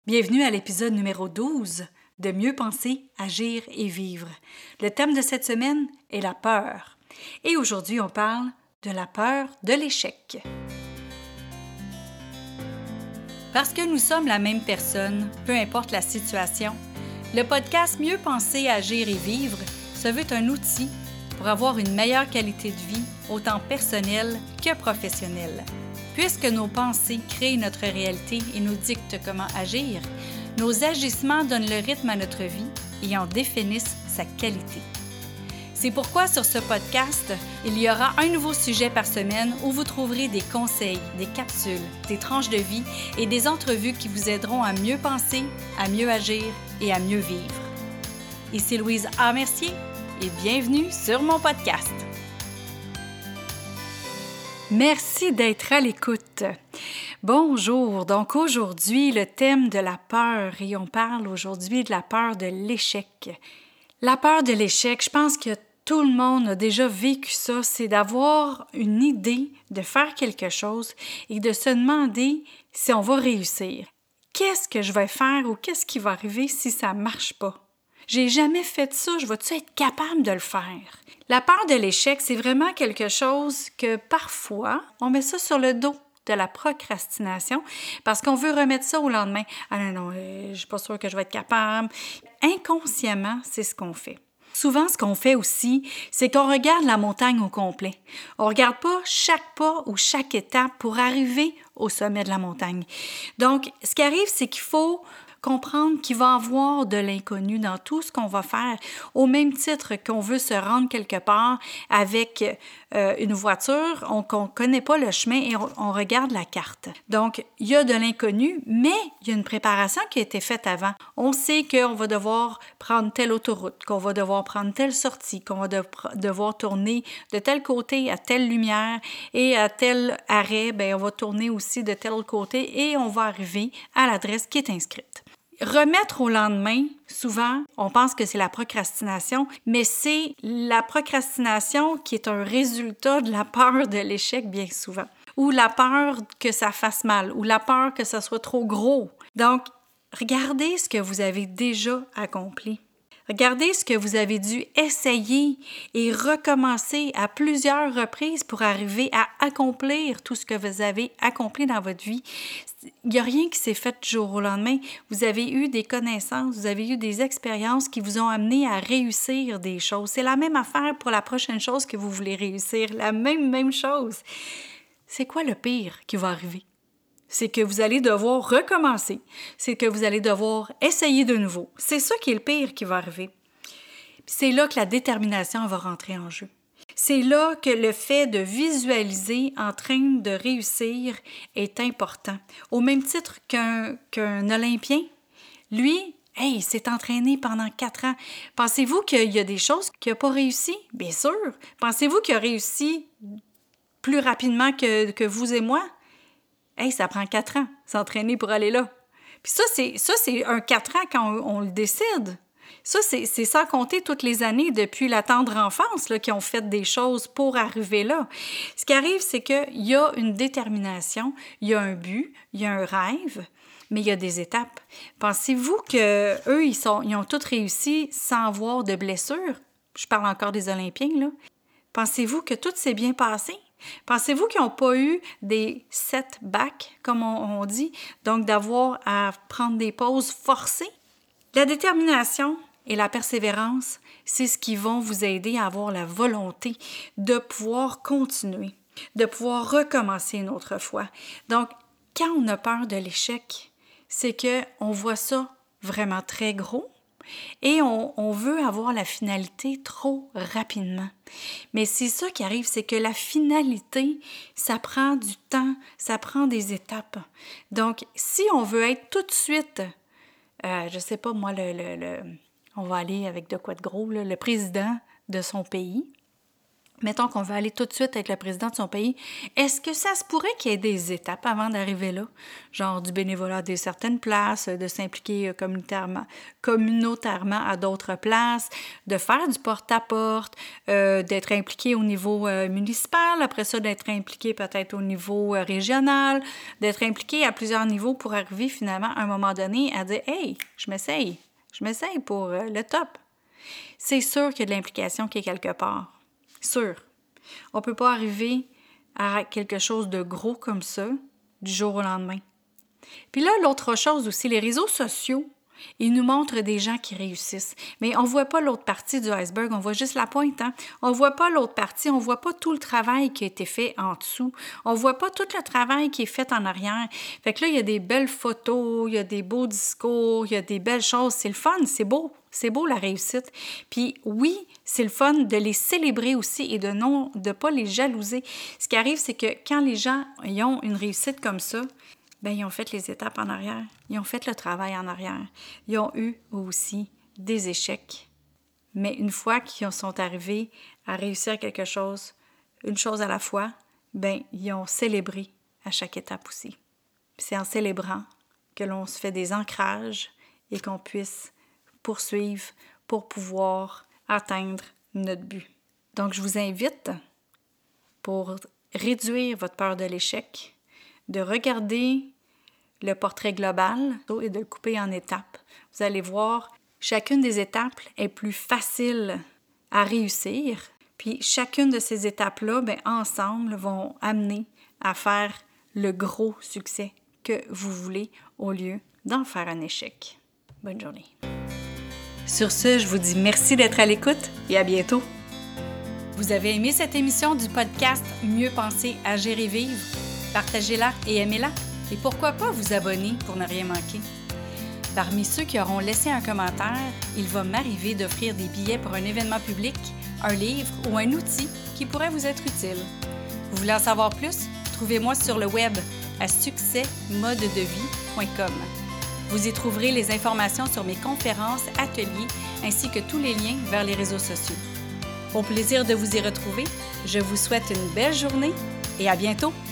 Bienvenue à l'épisode numéro 12 de Mieux penser, agir et vivre. Le thème de cette semaine est la peur. Et aujourd'hui, on parle de la peur de l'échec. Parce que nous sommes la même personne, peu importe la situation, le podcast Mieux penser, agir et vivre se veut un outil pour avoir une meilleure qualité de vie, autant personnelle que professionnelle. Puisque nos pensées créent notre réalité et nous dictent comment agir, nos agissements donnent le rythme à notre vie et en définissent sa qualité. C'est pourquoi sur ce podcast, il y aura un nouveau sujet par semaine où vous trouverez des conseils, des capsules, des tranches de vie et des entrevues qui vous aideront à mieux penser, à mieux agir et à mieux vivre. Ici Louise A. Mercier et bienvenue sur mon podcast. Merci d'être à l'écoute. Bonjour, donc aujourd'hui le thème de la peur et on parle aujourd'hui de la peur de l'échec. La peur de l'échec, je pense que tout le monde a déjà vécu ça, c'est d'avoir une idée de faire quelque chose et de se demander si on va réussir. Qu'est-ce que je vais faire ou qu'est-ce qui va arriver si ça ne marche pas? J'ai jamais fait ça, je vais-tu être capable de le faire? La peur de l'échec, c'est vraiment quelque chose que parfois, on met ça sur le dos de la procrastination parce qu'on veut remettre ça au lendemain. Ah non, je suis pas sûre que je vais être capable. Inconsciemment, c'est ce qu'on fait. Souvent, ce qu'on fait aussi, c'est qu'on regarde la montagne au complet. On ne regarde pas chaque pas ou chaque étape pour arriver au sommet de la montagne. Donc, ce qui arrive, c'est qu'il faut comprendre qu'il va y avoir de l'inconnu dans tout ce qu'on va faire, au même titre qu'on veut se rendre quelque part avec une voiture, on ne connaît pas le chemin et on regarde la carte. Donc, il y a de l'inconnu, mais il y a une préparation qui a été faite avant. On sait qu'on va devoir prendre telle autoroute, qu'on va devoir prendre telle sortie, qu'on va devoir tourner de tel côté à telle lumière et à tel arrêt, on va tourner aussi de tel côté et on va arriver à l'adresse qui est inscrite. Remettre au lendemain, souvent, on pense que c'est la procrastination, mais c'est la procrastination qui est un résultat de la peur de l'échec bien souvent, ou la peur que ça fasse mal, ou la peur que ça soit trop gros. Donc, regardez ce que vous avez déjà accompli. Regardez ce que vous avez dû essayer et recommencer à plusieurs reprises pour arriver à accomplir tout ce que vous avez accompli dans votre vie. Il n'y a rien qui s'est fait du jour au lendemain. Vous avez eu des connaissances, vous avez eu des expériences qui vous ont amené à réussir des choses. C'est la même affaire pour la prochaine chose que vous voulez réussir. La même chose. C'est quoi le pire qui va arriver? C'est que vous allez devoir recommencer. C'est que vous allez devoir essayer de nouveau. C'est ça qui est le pire qui va arriver. Puis c'est là que la détermination va rentrer en jeu. C'est là que le fait de visualiser en train de réussir est important. Au même titre qu'un Olympien, lui, il s'est entraîné pendant 4 ans. Pensez-vous qu'il y a des choses qu'il n'a pas réussi? Bien sûr. Pensez-vous qu'il a réussi plus rapidement que vous et moi? Ça prend 4 ans, s'entraîner pour aller là. Puis ça, c'est un 4 ans quand on le décide. Ça, c'est sans compter toutes les années depuis la tendre enfance là, qui ont fait des choses pour arriver là. Ce qui arrive, c'est qu'il y a une détermination, il y a un but, il y a un rêve, mais il y a des étapes. Pensez-vous qu'eux, ils ont tous réussi sans avoir de blessures? Je parle encore des Olympiens, là. Pensez-vous que tout s'est bien passé? Pensez-vous qu'ils n'ont pas eu des setbacks, comme on dit, donc d'avoir à prendre des pauses forcées? La détermination et la persévérance, c'est ce qui vont vous aider à avoir la volonté de pouvoir continuer, de pouvoir recommencer une autre fois. Donc, quand on a peur de l'échec, c'est qu'on voit ça vraiment très gros, et on veut avoir la finalité trop rapidement. Mais c'est ça qui arrive, c'est que la finalité, ça prend du temps, ça prend des étapes. Donc, si on veut être tout de suite, je sais pas moi, on va aller avec de quoi de gros, là, le président de son pays, Mettons qu'on veut aller tout de suite avec le président de son pays. Est-ce que ça se pourrait qu'il y ait des étapes avant d'arriver là? Genre du bénévolat à certaines places, de s'impliquer communautairement à d'autres places, de faire du porte-à-porte, d'être impliqué au niveau municipal, après ça d'être impliqué peut-être au niveau régional, d'être impliqué à plusieurs niveaux pour arriver finalement à un moment donné à dire « Hey, je m'essaye pour le top ». C'est sûr qu'il y a de l'implication qui est quelque part. Sûr. On ne peut pas arriver à quelque chose de gros comme ça du jour au lendemain. Puis là, l'autre chose aussi, les réseaux sociaux, ils nous montrent des gens qui réussissent. Mais on ne voit pas l'autre partie du iceberg, on voit juste la pointe. Hein? On ne voit pas l'autre partie, on ne voit pas tout le travail qui a été fait en dessous. On ne voit pas tout le travail qui est fait en arrière. Fait que là, il y a des belles photos, il y a des beaux discours, il y a des belles choses. C'est le fun, c'est beau. C'est beau la réussite. Puis oui, c'est le fun de les célébrer aussi et de pas les jalouser. Ce qui arrive, c'est que quand les gens ils ont une réussite comme ça, bien, ils ont fait les étapes en arrière. Ils ont fait le travail en arrière. Ils ont eu aussi des échecs. Mais une fois qu'ils sont arrivés à réussir quelque chose, une chose à la fois, bien, ils ont célébré à chaque étape aussi. Puis c'est en célébrant que l'on se fait des ancrages et qu'on puisse poursuivre pour pouvoir atteindre notre but. Donc, je vous invite, pour réduire votre peur de l'échec, de regarder le portrait global et de le couper en étapes. Vous allez voir, chacune des étapes est plus facile à réussir. Puis, chacune de ces étapes-là, bien, ensemble, vont amener à faire le gros succès que vous voulez au lieu d'en faire un échec. Bonne journée. Sur ce, je vous dis merci d'être à l'écoute et à bientôt. Vous avez aimé cette émission du podcast Mieux penser, agir et vivre? Partagez-la et aimez-la. Et pourquoi pas vous abonner pour ne rien manquer? Parmi ceux qui auront laissé un commentaire, il va m'arriver d'offrir des billets pour un événement public, un livre ou un outil qui pourrait vous être utile. Vous voulez en savoir plus? Trouvez-moi sur le web à succèsmodedevie.com. Vous y trouverez les informations sur mes conférences, ateliers, ainsi que tous les liens vers les réseaux sociaux. Au plaisir de vous y retrouver, je vous souhaite une belle journée et à bientôt!